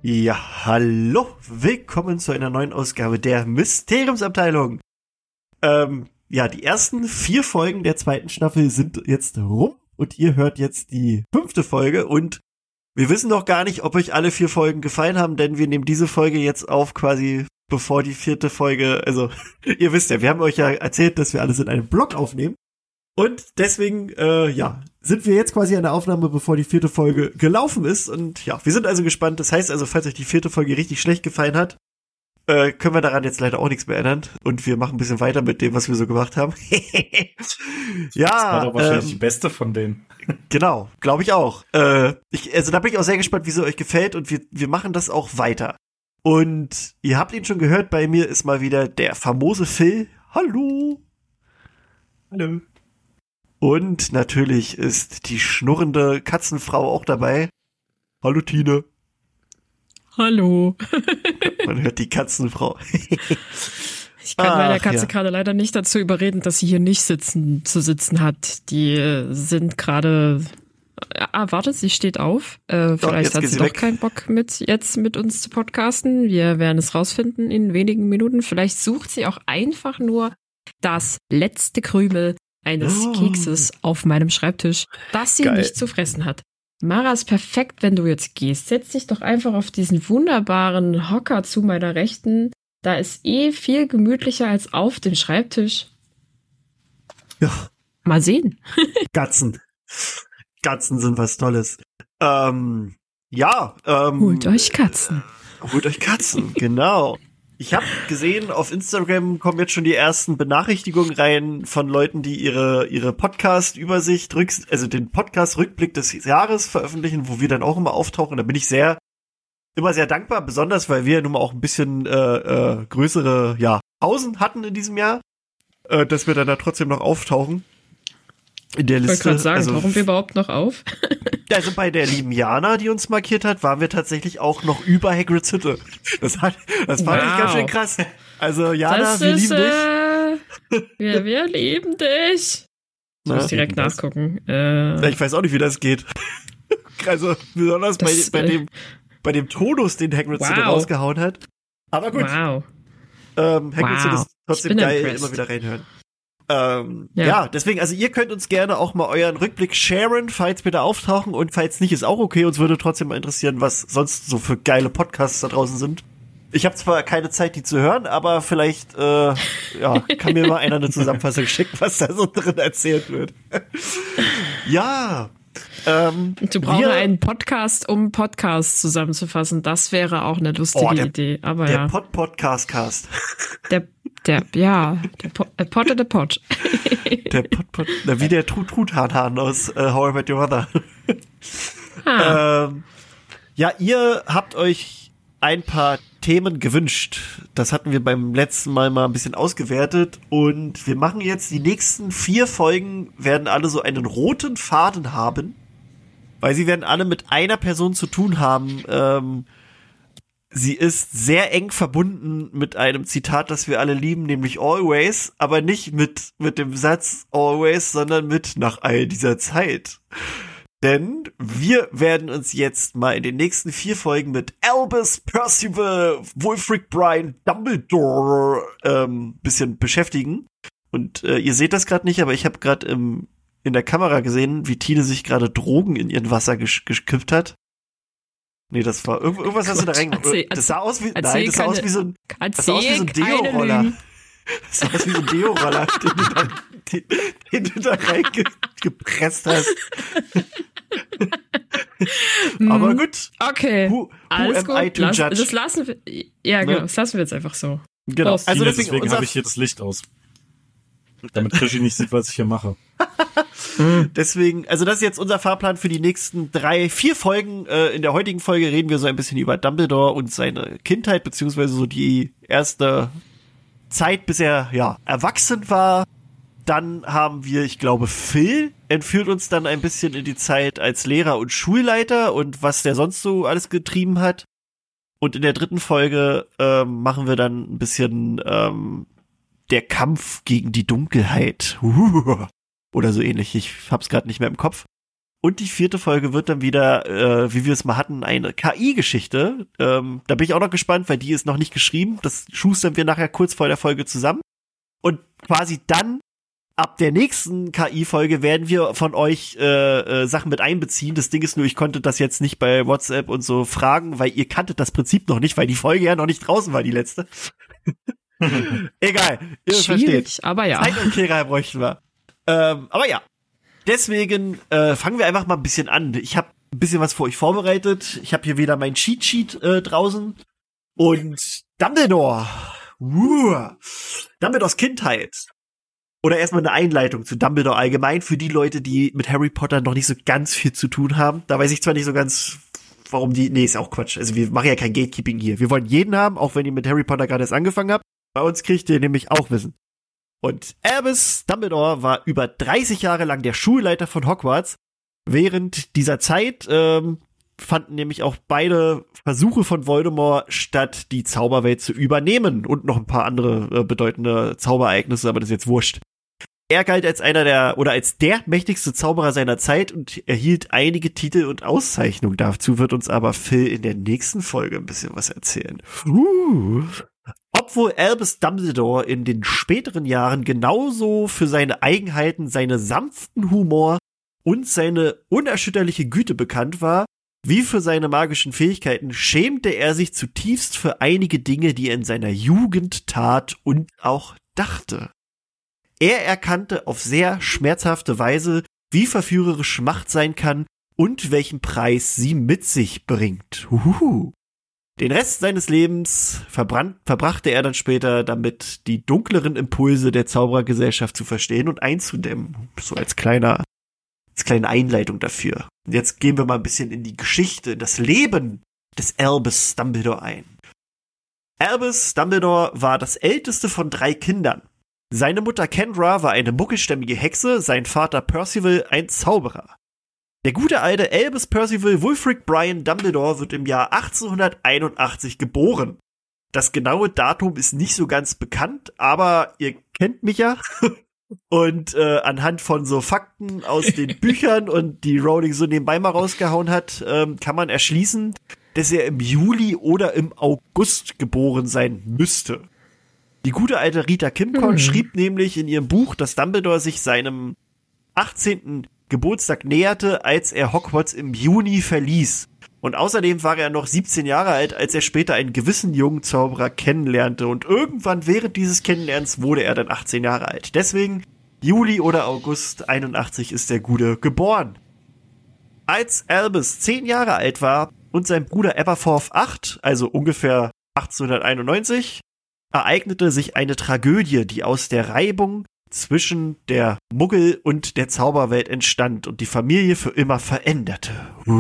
Ja, hallo, willkommen zu einer neuen Ausgabe der Mysteriumsabteilung. Die ersten 4 Folgen der 2. Staffel sind jetzt rum und ihr hört jetzt die 5. Folge und wir wissen noch gar nicht, ob euch alle 4 Folgen gefallen haben, denn wir nehmen diese Folge jetzt auf quasi bevor die 4. Folge, also ihr wisst ja, wir haben euch ja erzählt, dass wir alles in einem Block aufnehmen. Und deswegen, sind wir jetzt quasi an der Aufnahme, bevor die 4. Folge gelaufen ist. Und ja, wir sind also gespannt. Das heißt also, falls euch die 4. Folge richtig schlecht gefallen hat, können wir daran jetzt leider auch nichts mehr ändern. Und wir machen ein bisschen weiter mit dem, was wir so gemacht haben. Ja. Das war doch wahrscheinlich die beste von denen. Genau, glaube ich auch. Da bin ich auch sehr gespannt, wie sie euch gefällt. Und wir machen das auch weiter. Und ihr habt ihn schon gehört, bei mir ist mal wieder der famose Phil. Hallo. Hallo. Und natürlich ist die schnurrende Katzenfrau auch dabei. Hallo Tine. Hallo. Man hört die Katzenfrau. Ich kann meine Katze gerade leider nicht dazu überreden, dass sie hier nicht sitzen hat. Die sind gerade... warte, sie steht auf. Vielleicht hat sie doch keinen Bock mit uns zu podcasten. Wir werden es rausfinden in wenigen Minuten. Vielleicht sucht sie auch einfach nur das letzte Krümel eines Kekses auf meinem Schreibtisch, das sie nicht zu fressen hat. Mara, ist perfekt, wenn du jetzt gehst. Setz dich doch einfach auf diesen wunderbaren Hocker zu meiner Rechten. Da ist viel gemütlicher als auf dem Schreibtisch. Ja. Mal sehen. Katzen sind was Tolles. Holt euch Katzen. Holt euch Katzen, genau. Ich habe gesehen, auf Instagram kommen jetzt schon die ersten Benachrichtigungen rein von Leuten, die ihre Podcast-Übersicht, also den Podcast-Rückblick des Jahres veröffentlichen, wo wir dann auch immer auftauchen. Da bin ich immer sehr dankbar, besonders weil wir nun mal auch ein bisschen größere Pausen hatten in diesem Jahr, dass wir dann da trotzdem noch auftauchen. In der Liste. Ich wollte gerade sagen, warum wir überhaupt noch auf? Also bei der lieben Jana, die uns markiert hat, waren wir tatsächlich auch noch über Hagrids Hütte. Das fand ich ganz schön krass. Also Jana, wir lieben dich. Wir lieben dich. Ich muss direkt nachgucken. Ich weiß auch nicht, wie das geht. Also besonders bei dem Tonus, den Hagrids Hütte rausgehauen hat. Aber gut. Wow. Hagrids Hütte ist trotzdem geil, immer wieder reinhören. Deswegen, also ihr könnt uns gerne auch mal euren Rückblick sharen, falls wir da auftauchen, und falls nicht, ist auch okay. Uns würde trotzdem mal interessieren, was sonst so für geile Podcasts da draußen sind. Ich habe zwar keine Zeit, die zu hören, aber vielleicht kann mir mal einer eine Zusammenfassung schicken, was da so drin erzählt wird. Ja. Du brauchst einen Podcast, um Podcasts zusammenzufassen. Das wäre auch eine lustige Idee. Aber der Podcast-Cast. Der Pot oder Pot. Der Pot. Wie der Truthahn aus How I Met Your Mother. Ihr habt euch ein paar Themen gewünscht. Das hatten wir beim letzten Mal ein bisschen ausgewertet. Und wir machen jetzt die nächsten 4 Folgen, werden alle so einen roten Faden haben. Weil sie werden alle mit einer Person zu tun haben. Sie ist sehr eng verbunden mit einem Zitat, das wir alle lieben, nämlich always, aber nicht mit dem Satz always, sondern mit nach all dieser Zeit. Denn wir werden uns jetzt mal in den nächsten 4 Folgen mit Albus Percival Wulfric Brian Dumbledore bisschen beschäftigen. Und ihr seht das gerade nicht, aber ich habe gerade in der Kamera gesehen, wie Tine sich gerade Drogen in ihren Wasser gekippt hat. Nee, das war irgendwas, hast du da reingemacht. Das sah aus wie so ein Deo-Roller. Das sah aus wie so ein Deo-Roller, den du da reingepresst hast. Aber gut. Okay. Alles gut. Das lassen wir. Ja, genau. Das lassen wir jetzt einfach so. Genau. Also deswegen habe ich hier das Licht aus. Damit Krischi nicht sieht, was ich hier mache. Deswegen, also das ist jetzt unser Fahrplan für die nächsten 4 Folgen. In der heutigen Folge reden wir so ein bisschen über Dumbledore und seine Kindheit, beziehungsweise so die erste Zeit, bis er erwachsen war. Dann haben wir, ich glaube, Phil entführt uns dann ein bisschen in die Zeit als Lehrer und Schulleiter und was der sonst so alles getrieben hat. Und in der 3. Folge machen wir dann ein bisschen der Kampf gegen die Dunkelheit. Oder so ähnlich. Ich hab's gerade nicht mehr im Kopf. Und die 4. Folge wird dann wieder, wie wir es mal hatten, eine KI-Geschichte. Da bin ich auch noch gespannt, weil die ist noch nicht geschrieben. Das schustern wir nachher kurz vor der Folge zusammen. Und quasi dann, ab der nächsten KI-Folge, werden wir von euch Sachen mit einbeziehen. Das Ding ist nur, ich konnte das jetzt nicht bei WhatsApp und so fragen, weil ihr kanntet das Prinzip noch nicht, weil die Folge ja noch nicht draußen war, die letzte. Egal, ihr versteht. Aber ja. Zeit und Kehrer bräuchten wir. Aber ja. Deswegen fangen wir einfach mal ein bisschen an. Ich habe ein bisschen was für euch vorbereitet. Ich habe hier wieder mein Cheat Sheet draußen. Und Dumbledore. Dumbledores Kindheit. Oder erstmal eine Einleitung zu Dumbledore allgemein für die Leute, die mit Harry Potter noch nicht so ganz viel zu tun haben. Da weiß ich zwar nicht so ganz, warum die... Nee, ist auch Quatsch. Also wir machen ja kein Gatekeeping hier. Wir wollen jeden haben, auch wenn ihr mit Harry Potter gerade erst angefangen habt. Bei uns kriegt ihr nämlich auch Wissen. Und Albus Dumbledore war über 30 Jahre lang der Schulleiter von Hogwarts. Während dieser Zeit fanden nämlich auch beide Versuche von Voldemort statt, die Zauberwelt zu übernehmen. Und noch ein paar andere bedeutende Zauberereignisse, aber das ist jetzt wurscht. Er galt als als der mächtigste Zauberer seiner Zeit und erhielt einige Titel und Auszeichnungen. Dazu wird uns aber Phil in der nächsten Folge ein bisschen was erzählen. Obwohl Albus Dumbledore in den späteren Jahren genauso für seine Eigenheiten, seinen sanften Humor und seine unerschütterliche Güte bekannt war, wie für seine magischen Fähigkeiten, schämte er sich zutiefst für einige Dinge, die er in seiner Jugend tat und auch dachte. Er erkannte auf sehr schmerzhafte Weise, wie verführerisch Macht sein kann und welchen Preis sie mit sich bringt. Den Rest seines Lebens verbrachte er dann später damit, die dunkleren Impulse der Zauberergesellschaft zu verstehen und einzudämmen. So als kleine Einleitung dafür. Und jetzt gehen wir mal ein bisschen in die Geschichte, das Leben des Albus Dumbledore ein. Albus Dumbledore war das älteste von 3 Kindern. Seine Mutter Kendra war eine muckelstämmige Hexe, sein Vater Percival ein Zauberer. Der gute alte Albus Percival Wulfric Brian Dumbledore wird im Jahr 1881 geboren. Das genaue Datum ist nicht so ganz bekannt, aber ihr kennt mich ja. Und anhand von so Fakten aus den Büchern und die Rowling so nebenbei mal rausgehauen hat, kann man erschließen, dass er im Juli oder im August geboren sein müsste. Die gute alte Rita Kimcorn schrieb nämlich in ihrem Buch, dass Dumbledore sich seinem 18. Geburtstag näherte, als er Hogwarts im Juni verließ. Und außerdem war er noch 17 Jahre alt, als er später einen gewissen jungen Zauberer kennenlernte. Und irgendwann während dieses Kennenlernens wurde er dann 18 Jahre alt. Deswegen Juli oder August 81 ist der Gute geboren. Als Albus 10 Jahre alt war und sein Bruder Aberforth 8, also ungefähr 1891, ereignete sich eine Tragödie, die aus der Reibung zwischen der Muggel- und der Zauberwelt entstand und die Familie für immer veränderte.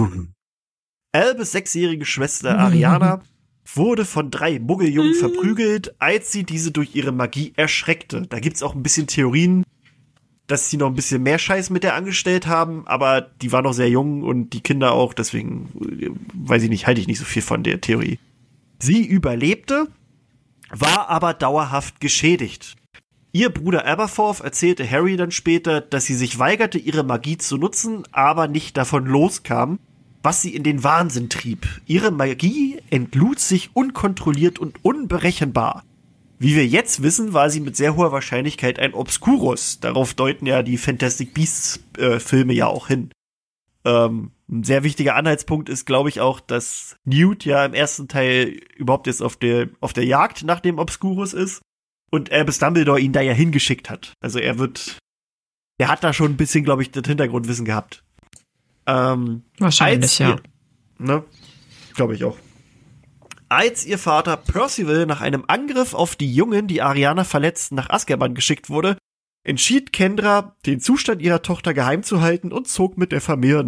Albus 6-jährige Schwester Ariana wurde von 3 Muggeljungen verprügelt, als sie diese durch ihre Magie erschreckte. Da gibt's auch ein bisschen Theorien, dass sie noch ein bisschen mehr Scheiß mit der angestellt haben, aber die war noch sehr jung und die Kinder auch, deswegen, weiß ich nicht, halte ich nicht so viel von der Theorie. Sie überlebte, war aber dauerhaft geschädigt. Ihr Bruder Aberforth erzählte Harry dann später, dass sie sich weigerte, ihre Magie zu nutzen, aber nicht davon loskam, was sie in den Wahnsinn trieb. Ihre Magie entlud sich unkontrolliert und unberechenbar. Wie wir jetzt wissen, war sie mit sehr hoher Wahrscheinlichkeit ein Obscurus. Darauf deuten ja die Fantastic Beasts Filme ja auch hin. Ein sehr wichtiger Anhaltspunkt ist, glaube ich, auch, dass Newt ja im ersten Teil überhaupt jetzt auf der Jagd nach dem Obscurus ist und Albus Dumbledore ihn da ja hingeschickt hat. Also er hat da schon ein bisschen, glaube ich, das Hintergrundwissen gehabt. Wahrscheinlich, ja. Ne? Glaube ich auch. Als ihr Vater Percival nach einem Angriff auf die Jungen, die Ariana verletzten, nach Azkaban geschickt wurde, entschied Kendra, den Zustand ihrer Tochter geheim zu halten und zog mit der Familie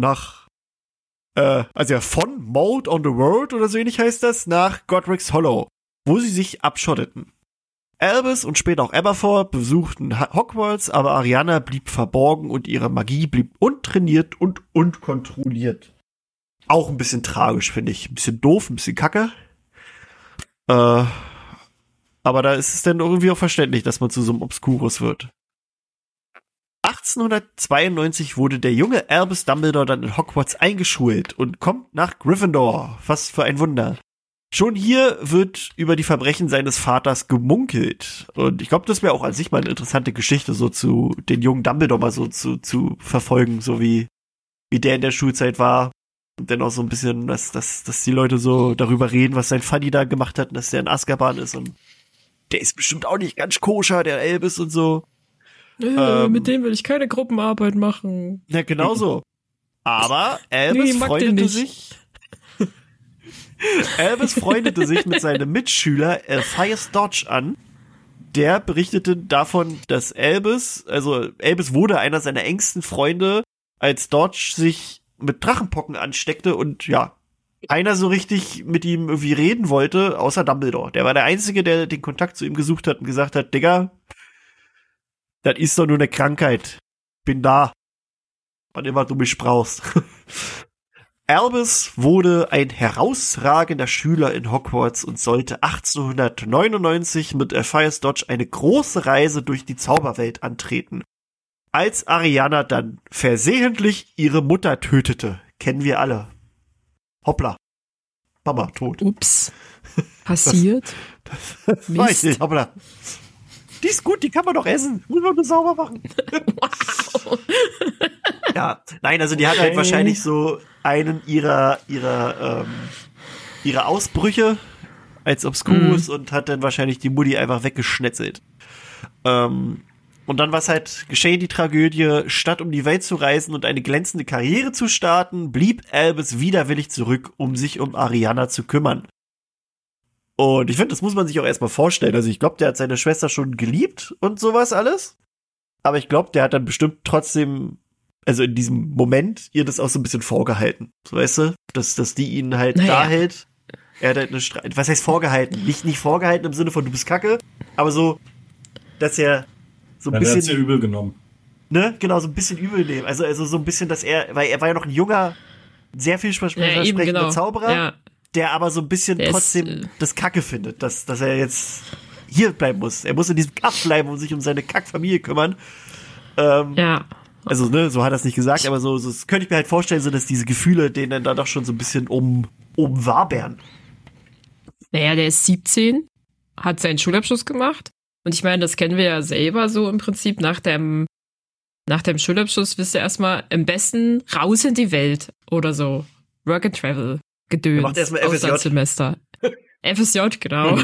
von Mold on the World oder so ähnlich heißt das, nach Godric's Hollow, wo sie sich abschotteten. Albus und später auch Aberforth besuchten Hogwarts, aber Ariana blieb verborgen und ihre Magie blieb untrainiert und unkontrolliert. Auch ein bisschen tragisch, finde ich. Ein bisschen doof, ein bisschen kacke. Aber da ist es dann irgendwie auch verständlich, dass man zu so einem Obscurus wird. 1892 wurde der junge Albus Dumbledore dann in Hogwarts eingeschult und kommt nach Gryffindor. Was für ein Wunder. Schon hier wird über die Verbrechen seines Vaters gemunkelt. Und ich glaube, das wäre auch an sich mal eine interessante Geschichte, so zu den jungen Dumbledore mal so zu verfolgen, so wie der in der Schulzeit war. Und dann auch so ein bisschen, dass die Leute so darüber reden, was sein Funny da gemacht hat und dass der in Azkaban ist. Und der ist bestimmt auch nicht ganz koscher, der Albus und so. Mit dem will ich keine Gruppenarbeit machen. Ja, genau so. Aber Albus freundete sich. Albus freundete sich mit seinem Mitschüler Alpheus Dodge an. Der berichtete davon, dass Albus wurde einer seiner engsten Freunde, als Dodge sich mit Drachenpocken ansteckte und ja, keiner so richtig mit ihm irgendwie reden wollte, außer Dumbledore. Der war der Einzige, der den Kontakt zu ihm gesucht hat und gesagt hat, Digga, das ist doch nur eine Krankheit. Bin da. Wann immer du mich brauchst. Albus wurde ein herausragender Schüler in Hogwarts und sollte 1899 mit Alpheus Dodge eine große Reise durch die Zauberwelt antreten. Als Ariana dann versehentlich ihre Mutter tötete. Kennen wir alle. Hoppla. Mama, tot. Ups. Passiert. Das weiß ich nicht. Hoppla. Die ist gut, die kann man doch essen. Muss man nur sauber machen. Wow. Ja, nein, also die hat halt wahrscheinlich so einen ihrer Ausbrüche als Obscurus und hat dann wahrscheinlich die Mutti einfach weggeschnetzelt. Und dann war es halt geschehen, die Tragödie. Statt um die Welt zu reisen und eine glänzende Karriere zu starten, blieb Albus widerwillig zurück, um sich um Ariana zu kümmern. Und ich finde, das muss man sich auch erstmal vorstellen. Also ich glaube, der hat seine Schwester schon geliebt und sowas alles. Aber ich glaube, der hat dann bestimmt trotzdem, also in diesem Moment, ihr das auch so ein bisschen vorgehalten. So, weißt du? Dass die ihn halt da hält. Er hat halt was heißt vorgehalten? Nicht vorgehalten im Sinne von, du bist Kacke, aber so, dass er so ein bisschen. Er hat's ja übel genommen. Ne? Genau, so ein bisschen übel nehmen. Also so ein bisschen, weil er war ja noch ein junger, sehr vielversprechender Zauberer, der aber so ein bisschen trotzdem das Kacke findet, dass er jetzt hier bleiben muss. Er muss in diesem Kaff bleiben und sich um seine Kackfamilie kümmern. Also, ne, so hat er es nicht gesagt, aber so das könnte ich mir halt vorstellen, so dass diese Gefühle denen dann da doch schon so ein bisschen umwabern. Naja, der ist 17, hat seinen Schulabschluss gemacht. Und ich meine, das kennen wir ja selber so im Prinzip. Nach dem Schulabschluss wirst du erstmal am besten raus in die Welt oder so. Work and Travel, Gedöns, macht erstmal FSJ. Auslandssemester. FSJ, genau.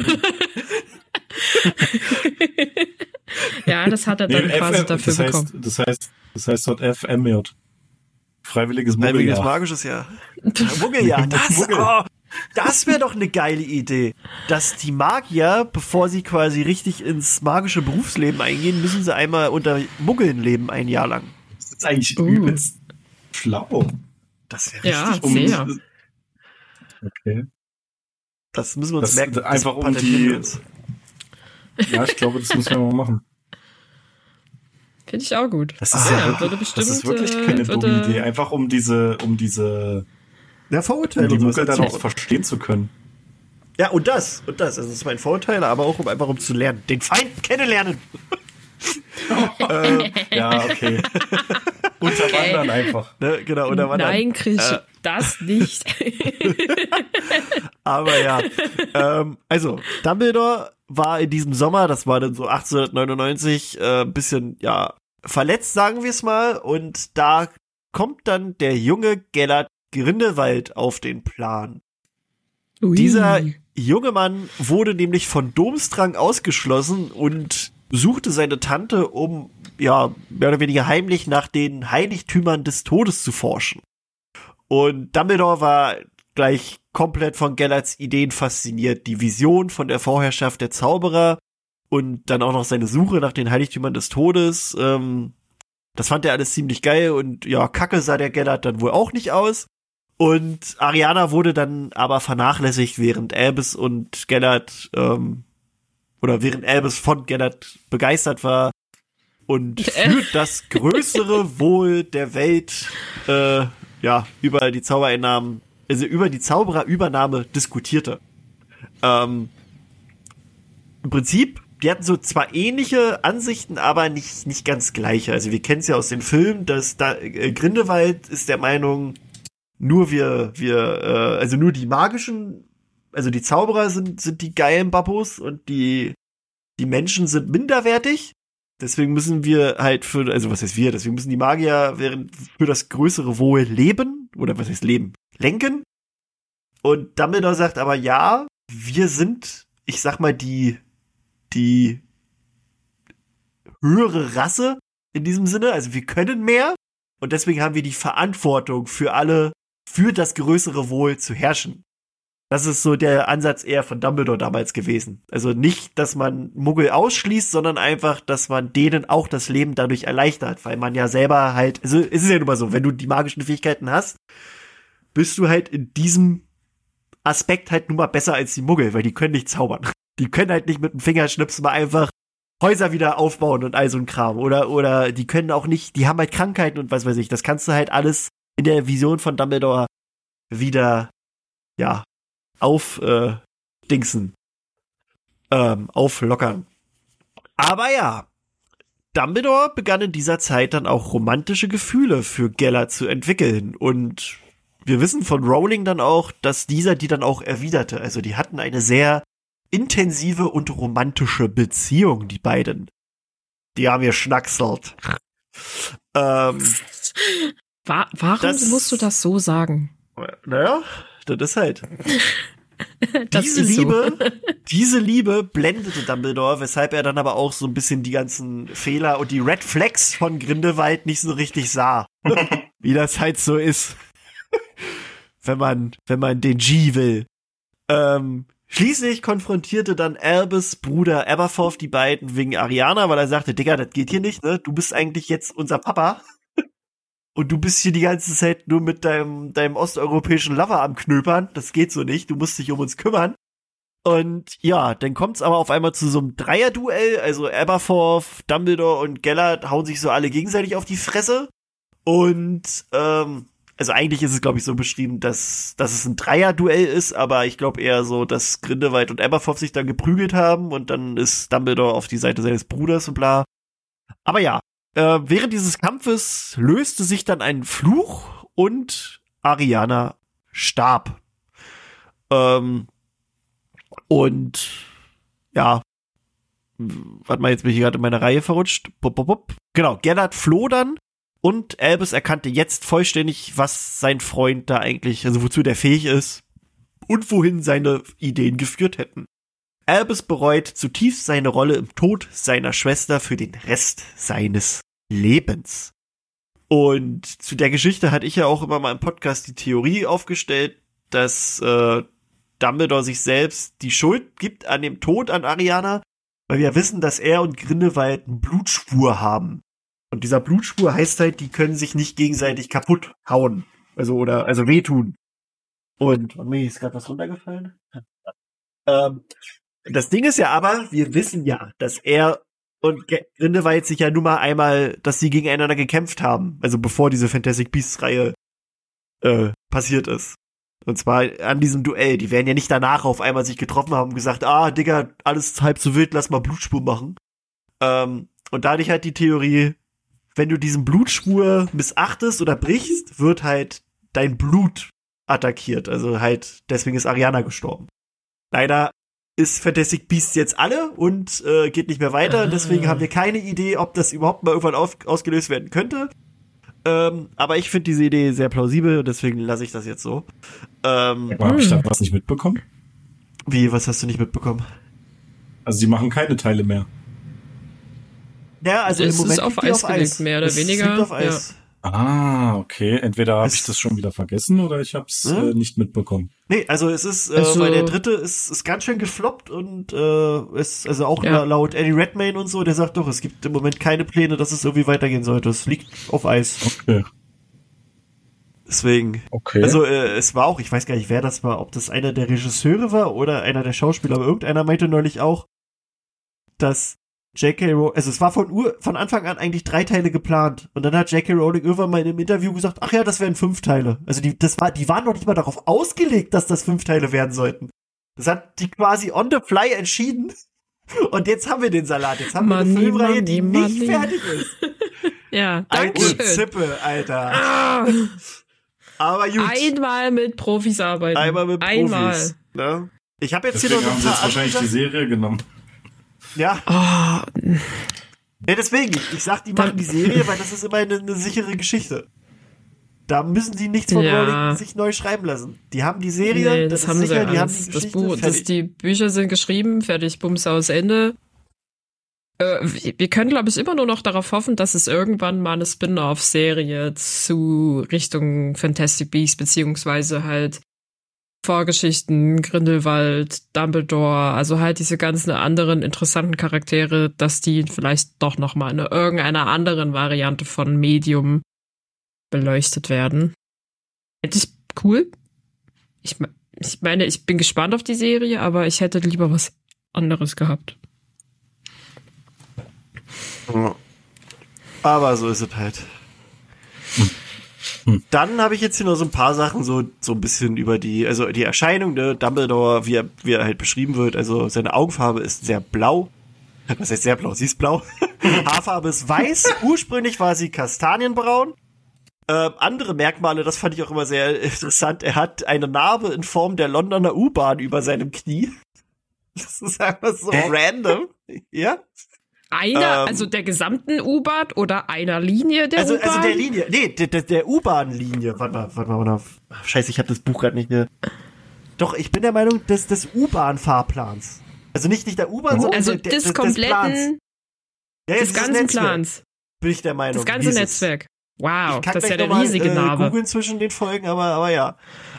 Ja, das hat er dann quasi dafür bekommen. Das heißt dort FMJ. Freiwilliges magisches Jahr. Muggeljahr. Das wäre doch eine geile Idee. Dass die Magier, bevor sie quasi richtig ins magische Berufsleben eingehen, müssen sie einmal unter Muggeln leben, ein Jahr lang. Das ist eigentlich übelst schlau. Das wäre richtig sehr. Okay. Das müssen wir uns merken. Einfach um die. Ja, ich glaube, das müssen wir mal machen. Finde ich auch gut. Das ist wirklich keine dumme Idee. Einfach um diese Vorurteile. Die Muggel dann auch verstehen zu können. Ja, und das. Also das ist mein Vorurteil, aber auch um zu lernen. Den Feind kennenlernen. Ja, okay. Unterwandern einfach. Ne, genau, unterwandern. Nein, Chris, das nicht. Aber ja. Also, Dumbledore war in diesem Sommer, das war dann so 1899, ein bisschen, verletzt, sagen wir es mal. Und da kommt dann der junge Gellert Grindelwald auf den Plan. Ui. Dieser junge Mann wurde nämlich von Domstrang ausgeschlossen und suchte seine Tante, um, mehr oder weniger heimlich nach den Heiligtümern des Todes zu forschen. Und Dumbledore war gleich komplett von Gellerts Ideen fasziniert. Die Vision von der Vorherrschaft der Zauberer und dann auch noch seine Suche nach den Heiligtümern des Todes. Das fand er alles ziemlich geil und kacke sah der Gellert dann wohl auch nicht aus. Und Ariana wurde dann aber vernachlässigt, während Albus und Gellert, während Albus von Gellert begeistert war und für das größere Wohl der Welt, über die Zaubereinnahmen, also über die Zaubererübernahme diskutierte. Im Prinzip die hatten so zwar ähnliche Ansichten, aber nicht ganz gleiche. Also wir kennen es ja aus den Filmen, dass Grindelwald ist der Meinung, nur also nur die magischen, also die Zauberer sind die geilen Babbos und die Menschen sind minderwertig. Deswegen müssen wir halt deswegen müssen die Magier für das größere Wohl leben, oder was heißt leben? Lenken. Und Dumbledore sagt aber, ja, wir sind, ich sag mal, die höhere Rasse in diesem Sinne, also wir können mehr und deswegen haben wir die Verantwortung für das größere Wohl zu herrschen. Das ist so der Ansatz eher von Dumbledore damals gewesen. Also nicht, dass man Muggel ausschließt, sondern einfach, dass man denen auch das Leben dadurch erleichtert, weil man ja selber halt, also es ist ja nun mal so, wenn du die magischen Fähigkeiten hast, bist du halt in diesem Aspekt halt nun mal besser als die Muggel, weil die können nicht zaubern. Die können halt nicht mit dem Fingerschnips mal einfach Häuser wieder aufbauen und all so ein Kram. Oder die können auch nicht, die haben halt Krankheiten und was weiß ich. Das kannst du halt alles in der Vision von Dumbledore wieder, ja, auflockern. Aber ja, Dumbledore begann in dieser Zeit dann auch romantische Gefühle für Gellert zu entwickeln und wir wissen von Rowling dann auch, dass dieser die dann auch erwiderte. Also die hatten eine sehr intensive und romantische Beziehung, die beiden. Die haben ihr schnackselt. Warum musst du das so sagen? Naja, das ist halt. Diese Liebe blendete Dumbledore, weshalb er dann aber auch so ein bisschen die ganzen Fehler und die Red Flags von Grindelwald nicht so richtig sah. Wie das halt so ist. Wenn man den G will. Schließlich konfrontierte dann Albus Bruder Aberforth die beiden wegen Ariana, weil er sagte, Digga, das geht hier nicht, ne? Du bist eigentlich jetzt unser Papa. Und du bist hier die ganze Zeit nur mit deinem osteuropäischen Lover am Knöpern. Das geht so nicht. Du musst dich um uns kümmern. Und ja, dann kommt's aber auf einmal zu so einem Dreierduell. Also Aberforth, Dumbledore und Gellert hauen sich so alle gegenseitig auf die Fresse. Und also eigentlich ist es, glaube ich, so beschrieben, dass es ein Dreierduell ist, aber ich glaube eher so, dass Grindelwald und Aberforth sich dann geprügelt haben und dann ist Dumbledore auf die Seite seines Bruders und bla. Aber ja, während dieses Kampfes löste sich dann ein Fluch und Ariana starb. Und ja, warte mal, jetzt bin ich gerade in meine Reihe verrutscht. Genau, Gellert floh dann und Albus erkannte jetzt vollständig, was sein Freund da eigentlich, also wozu der fähig ist und wohin seine Ideen geführt hätten. Albus bereut zutiefst seine Rolle im Tod seiner Schwester für den Rest seines Lebens. Und zu der Geschichte hatte ich ja auch immer mal im Podcast die Theorie aufgestellt, dass Dumbledore sich selbst die Schuld gibt an dem Tod an Ariana, weil wir ja wissen, dass er und Grindelwald eine Blutspur haben. Und dieser Blutspur heißt halt, die können sich nicht gegenseitig kaputt hauen. Also wehtun. Und mir ist gerade was runtergefallen. Das Ding ist ja aber, wir wissen ja, dass er und Grindelwald sich ja nun mal einmal, dass sie gegeneinander gekämpft haben. Also bevor diese Fantastic Beasts-Reihe passiert ist. Und zwar an diesem Duell. Die werden ja nicht danach auf einmal sich getroffen haben und gesagt, Digga, alles halb so wild, lass mal Blutspur machen. Und dadurch halt die Theorie, wenn du diesen Blutspur missachtest oder brichst, wird halt dein Blut attackiert. Also halt, deswegen ist Ariana gestorben. Leider ist Fantastic Beasts jetzt alle und geht nicht mehr weiter. Deswegen haben wir keine Idee, ob das überhaupt mal irgendwann ausgelöst werden könnte. Aber ich finde diese Idee sehr plausibel und deswegen lasse ich das jetzt so. Habe ich da was nicht mitbekommen? Wie, was hast du nicht mitbekommen? Also sie machen keine Teile mehr. Ja, also im Moment ist auf Eis gelegt, mehr oder weniger. Auf Eis. Ja. Okay. Entweder habe ich das schon wieder vergessen oder ich habe es nicht mitbekommen. Nee, also es ist, weil der dritte ist ganz schön gefloppt und ist also auch laut Eddie Redmayne und so, der sagt doch, es gibt im Moment keine Pläne, dass es irgendwie weitergehen sollte. Es liegt auf Eis. Okay. Deswegen. Okay. Also es war auch, ich weiß gar nicht, wer das war, ob das einer der Regisseure war oder einer der Schauspieler, aber irgendeiner meinte neulich auch, dass J.K. Rowling, also es war von Anfang an eigentlich 3 Teile geplant und dann hat J.K. Rowling irgendwann mal in einem Interview gesagt, ach ja, das wären 5 Teile. Also die waren noch nicht mal darauf ausgelegt, dass das 5 Teile werden sollten. Das hat die quasi on the fly entschieden, Und jetzt haben wir den Salat. Jetzt haben wir eine Filmreihe, die nicht fertig ist. Ja, danke schön. Zippe, Alter. Aber gut. Einmal mit Profis arbeiten. Einmal mit Profis. Ne? Ich habe jetzt deswegen hier noch haben sie jetzt wahrscheinlich die Serie genommen. Ja. Oh. Ja, deswegen. Ich sag, die machen die Serie, weil das ist immer eine sichere Geschichte. Da müssen die nichts von Rowling sich neu schreiben lassen. Die haben die Serie, nee, das haben sicher, die haben die Geschichte, die Bücher sind geschrieben, fertig, Bums aus Ende. Wir können, glaube ich, immer nur noch darauf hoffen, dass es irgendwann mal eine Spin-off-Serie zu Richtung Fantastic Beasts beziehungsweise halt Vorgeschichten, Grindelwald, Dumbledore, also halt diese ganzen anderen interessanten Charaktere, dass die vielleicht doch noch mal in irgendeiner anderen Variante von Medium beleuchtet werden. Hätte ich cool. Ich meine, ich bin gespannt auf die Serie, aber ich hätte lieber was anderes gehabt. Aber so ist es halt. Dann habe ich jetzt hier noch so ein paar Sachen so ein bisschen über die Erscheinung, ne, Dumbledore, wie er halt beschrieben wird, also seine Augenfarbe ist sehr blau. Was heißt sehr blau? Sie ist blau. Haarfarbe ist weiß. Ursprünglich war sie kastanienbraun. Andere Merkmale, das fand ich auch immer sehr interessant. Er hat eine Narbe in Form der Londoner U-Bahn über seinem Knie. Das ist einfach so random. Ja? Also der gesamten U-Bahn oder einer Linie der U-Bahn? Also der Linie, der U-Bahn-Linie. Warte mal. Scheiße, ich habe das Buch gerade nicht mehr. Doch, ich bin der Meinung, des U-Bahn-Fahrplans. Also nicht der U-Bahn, sondern also des kompletten, des ganzen Plans. Bin ich der Meinung. Das ganze Netzwerk. Wow, das ist ja der riesige Narbe. Googeln zwischen den Folgen, aber ja.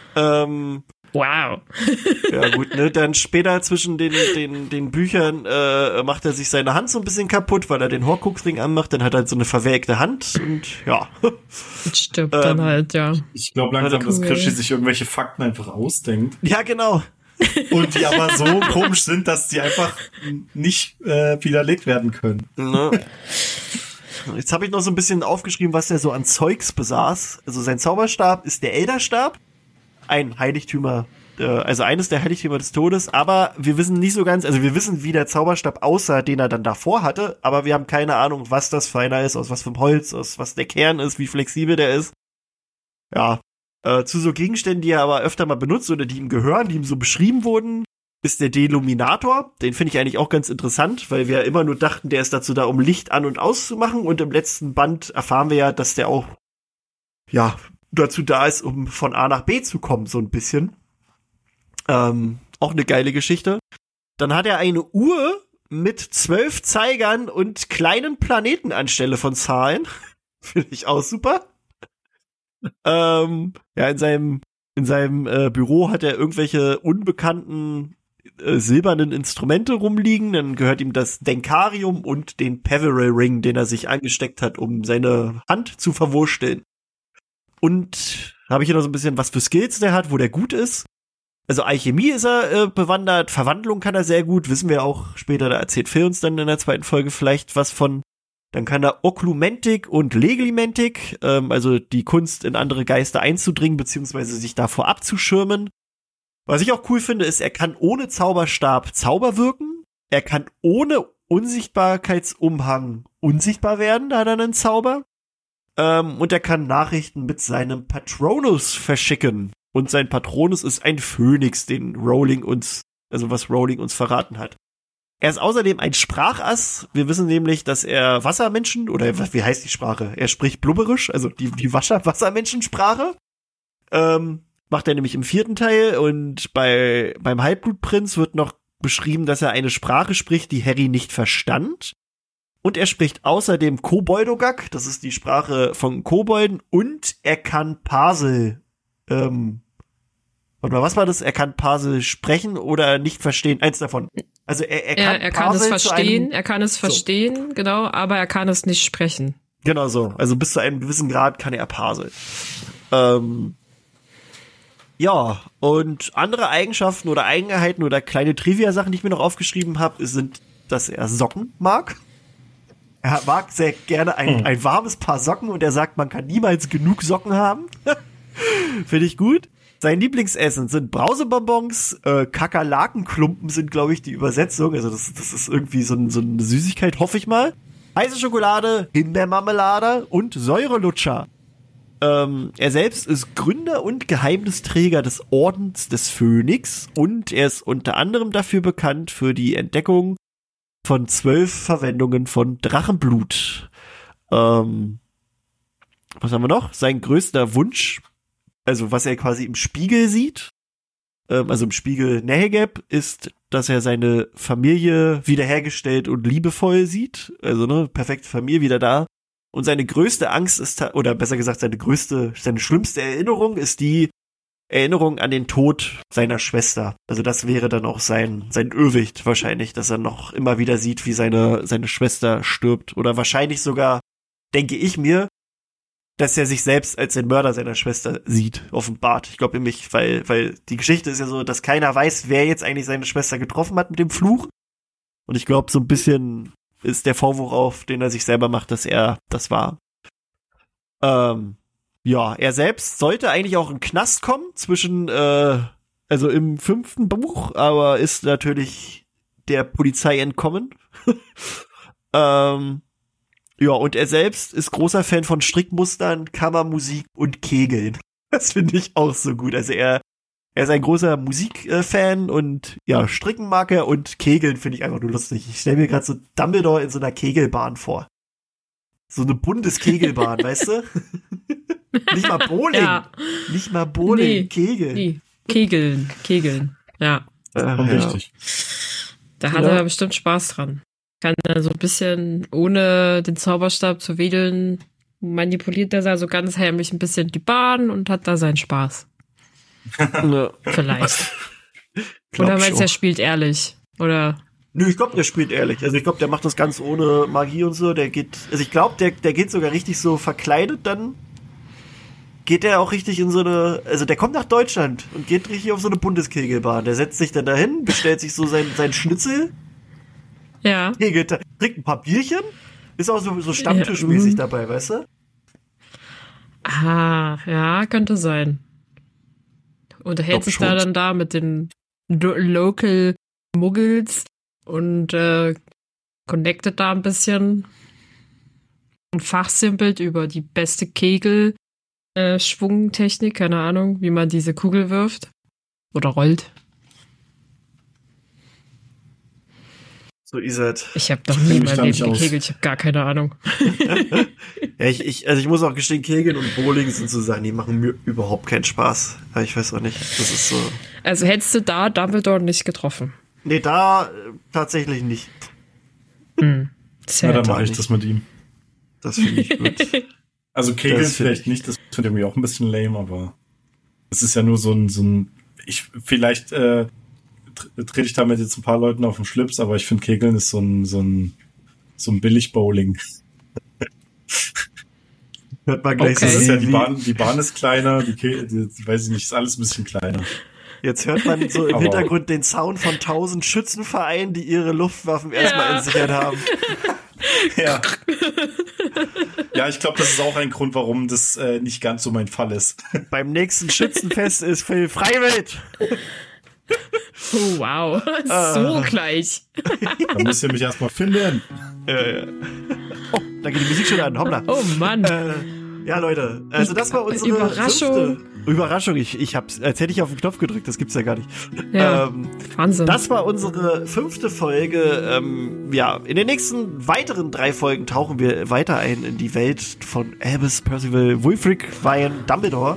Wow. Ja gut, ne, dann später zwischen den Büchern macht er sich seine Hand so ein bisschen kaputt, weil er den Horcruxring anmacht, dann hat er halt so eine verwelkte Hand und ja. Und stirbt dann halt, ja. Ich glaube langsam, dass Krischi sich irgendwelche Fakten einfach ausdenkt. Ja, genau. Und die aber so komisch sind, dass die einfach nicht widerlegt werden können. Ne? Jetzt habe ich noch so ein bisschen aufgeschrieben, was er so an Zeugs besaß. Also sein Zauberstab ist der Elderstab. Ein Heiligtümer, also eines der Heiligtümer des Todes, aber wir wissen nicht so ganz, also wir wissen, wie der Zauberstab aussah, den er dann davor hatte, aber wir haben keine Ahnung, was das für einer ist, aus was für einem Holz, aus was der Kern ist, wie flexibel der ist. Ja, zu so Gegenständen, die er aber öfter mal benutzt oder die ihm gehören, die ihm so beschrieben wurden, ist der Deluminator. Den finde ich eigentlich auch ganz interessant, weil wir ja immer nur dachten, der ist dazu da, um Licht an- und auszumachen, und im letzten Band erfahren wir ja, dass der auch, ja, dazu da ist, um von A nach B zu kommen, so ein bisschen. Auch eine geile Geschichte. Dann hat er eine Uhr mit 12 Zeigern und kleinen Planeten anstelle von Zahlen. Finde ich auch super. Ja, in seinem Büro hat er irgendwelche unbekannten silbernen Instrumente rumliegen. Dann gehört ihm das Denkarium und den Peverell Ring, den er sich angesteckt hat, um seine Hand zu verwursteln. Und habe ich hier noch so ein bisschen, was für Skills der hat, wo der gut ist. Also Alchemie ist er bewandert, Verwandlung kann er sehr gut, wissen wir auch später, da erzählt Phil uns dann in der zweiten Folge vielleicht was von. Dann kann er Oklumentik und Legilimentik, also die Kunst, in andere Geister einzudringen, beziehungsweise sich davor abzuschirmen. Was ich auch cool finde, ist, er kann ohne Zauberstab Zauber wirken. Er kann ohne Unsichtbarkeitsumhang unsichtbar werden, da hat er einen Zauber. Und er kann Nachrichten mit seinem Patronus verschicken. Und sein Patronus ist ein Phönix, was Rowling uns verraten hat. Er ist außerdem ein Sprachass. Wir wissen nämlich, dass er Wassermenschen, oder wie heißt die Sprache? Er spricht blubberisch, also die Wassermenschensprache. Macht er nämlich im 4. Teil. Und beim Halbblutprinz wird noch beschrieben, dass er eine Sprache spricht, die Harry nicht verstand. Und er spricht außerdem Koboldogak, das ist die Sprache von Kobolden, und er kann Parsel, was war das? Er kann Parsel sprechen oder nicht verstehen, eins davon. Also er kann es verstehen, genau, aber er kann es nicht sprechen. Genau so, also bis zu einem gewissen Grad kann er Parsel. Ja, und andere Eigenschaften oder Eigenheiten oder kleine Trivia-Sachen, die ich mir noch aufgeschrieben habe, sind, dass er Socken mag. Er mag sehr gerne ein warmes Paar Socken und er sagt, man kann niemals genug Socken haben. Finde ich gut. Sein Lieblingsessen sind Brausebonbons, Kakerlakenklumpen sind, glaube ich, die Übersetzung. Also das ist irgendwie so eine Süßigkeit, hoffe ich mal. Heiße Schokolade, Himbeermarmelade und Säurelutscher. Er selbst ist Gründer und Geheimnisträger des Ordens des Phönix und er ist unter anderem dafür bekannt für die Entdeckung von 12 Verwendungen von Drachenblut. Was haben wir noch? Sein größter Wunsch, also was er quasi im Spiegel sieht, also im Spiegel Nehegeb, ist, dass er seine Familie wiederhergestellt und liebevoll sieht. Also, perfekte Familie wieder da. Und seine größte Angst ist, oder besser gesagt, seine schlimmste Erinnerung ist die Erinnerung an den Tod seiner Schwester. Also das wäre dann auch sein Irrwicht wahrscheinlich, dass er noch immer wieder sieht, wie seine Schwester stirbt. Oder wahrscheinlich sogar, denke ich mir, dass er sich selbst als den Mörder seiner Schwester sieht, offenbart. Ich glaube nämlich, weil die Geschichte ist ja so, dass keiner weiß, wer jetzt eigentlich seine Schwester getroffen hat mit dem Fluch. Und ich glaube, so ein bisschen ist der Vorwurf auf, den er sich selber macht, dass er das war. Ja, er selbst sollte eigentlich auch in den Knast kommen, also im 5. Buch, aber ist natürlich der Polizei entkommen. Ja, und er selbst ist großer Fan von Strickmustern, Kammermusik und Kegeln. Das finde ich auch so gut. Also er ist ein großer Musikfan und ja, Stricken mag er und Kegeln finde ich einfach nur lustig. Ich stelle mir gerade so Dumbledore in so einer Kegelbahn vor. So eine Bundeskegelbahn, weißt du? Nicht mal Bowling. Ja. Nicht mal Bowling, nee, Kegeln. Nee. Kegeln, ja. Richtig. Da hat er bestimmt Spaß dran. Kann er so ein bisschen, ohne den Zauberstab zu wedeln, manipuliert er so ganz heimlich ein bisschen die Bahn und hat da seinen Spaß. Vielleicht. Oder meinst du, er spielt ehrlich? Oder? Nö, ich glaube, der spielt ehrlich. Also ich glaube, der macht das ganz ohne Magie und so. Ich glaube, der geht sogar richtig so verkleidet dann. Geht der auch richtig in so eine, also der kommt nach Deutschland und geht richtig auf so eine Bundeskegelbahn. Der setzt sich dann dahin, bestellt sich so sein Schnitzel. Ja. Trinkt ein paar Bierchen. Ist auch so stammtischmäßig dabei, weißt du? Ah, ja, könnte sein. Unterhält sich da mit den Local Muggels und connectet da ein bisschen und fachsimpelt über die beste Schwungtechnik, keine Ahnung, wie man diese Kugel wirft oder rollt. So Isat. Ich habe doch nie in meinem Leben gekegelt, ich habe gar keine Ahnung. Ja, ich muss auch gestehen, Kegeln und Bowling sind so Sachen, die machen mir überhaupt keinen Spaß. Aber ich weiß auch nicht, das ist so. Also hättest du da Dumbledore nicht getroffen? Nee, da tatsächlich nicht. Ja, dann mache ich das mit ihm. Das finde ich gut. Also Kegeln vielleicht nicht, das finde ich mir auch ein bisschen lame, aber es ist ja nur so ein vielleicht trete ich damit jetzt ein paar Leuten auf den Schlips, aber ich finde Kegeln ist so ein Billig-Bowling. Hört man gleich. Okay. Das ist ja die Bahn ist kleiner, die weiß ich nicht, ist alles ein bisschen kleiner. Jetzt hört man so im Hintergrund den Sound von 1000 Schützenvereinen, die ihre Luftwaffen erstmal entsichert haben. Ja. Ja, ich glaube, das ist auch ein Grund, warum das nicht ganz so mein Fall ist. Beim nächsten Schützenfest ist Phil Freiwild. Oh, wow. So gleich. Da müsst ihr mich erstmal finden. Oh, da geht die Musik schon an. Hoppla. Oh, Mann. Ja, Leute. Also das war unsere Überraschung. Ich hab's, als hätte ich auf den Knopf gedrückt. Das gibt's ja gar nicht. Ja, Wahnsinn. Das war unsere 5. Folge. Ja, in den nächsten weiteren 3 Folgen tauchen wir weiter ein in die Welt von Albus Percival Wulfric Vian Dumbledore.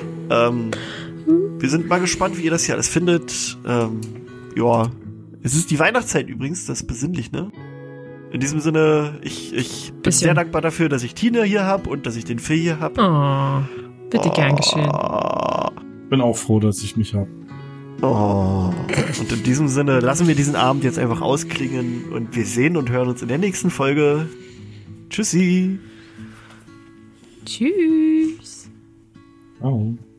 Wir sind mal gespannt, wie ihr das hier alles findet. Ja, es ist die Weihnachtszeit übrigens, das ist besinnlich, ne? In diesem Sinne, ich bin sehr dankbar dafür, dass ich Tina hier habe und dass ich den Phil hier habe. Oh, bitte gern geschehen. Bin auch froh, dass ich mich habe. Oh. Und in diesem Sinne lassen wir diesen Abend jetzt einfach ausklingen und wir sehen und hören uns in der nächsten Folge. Tschüssi. Tschüss. Oh.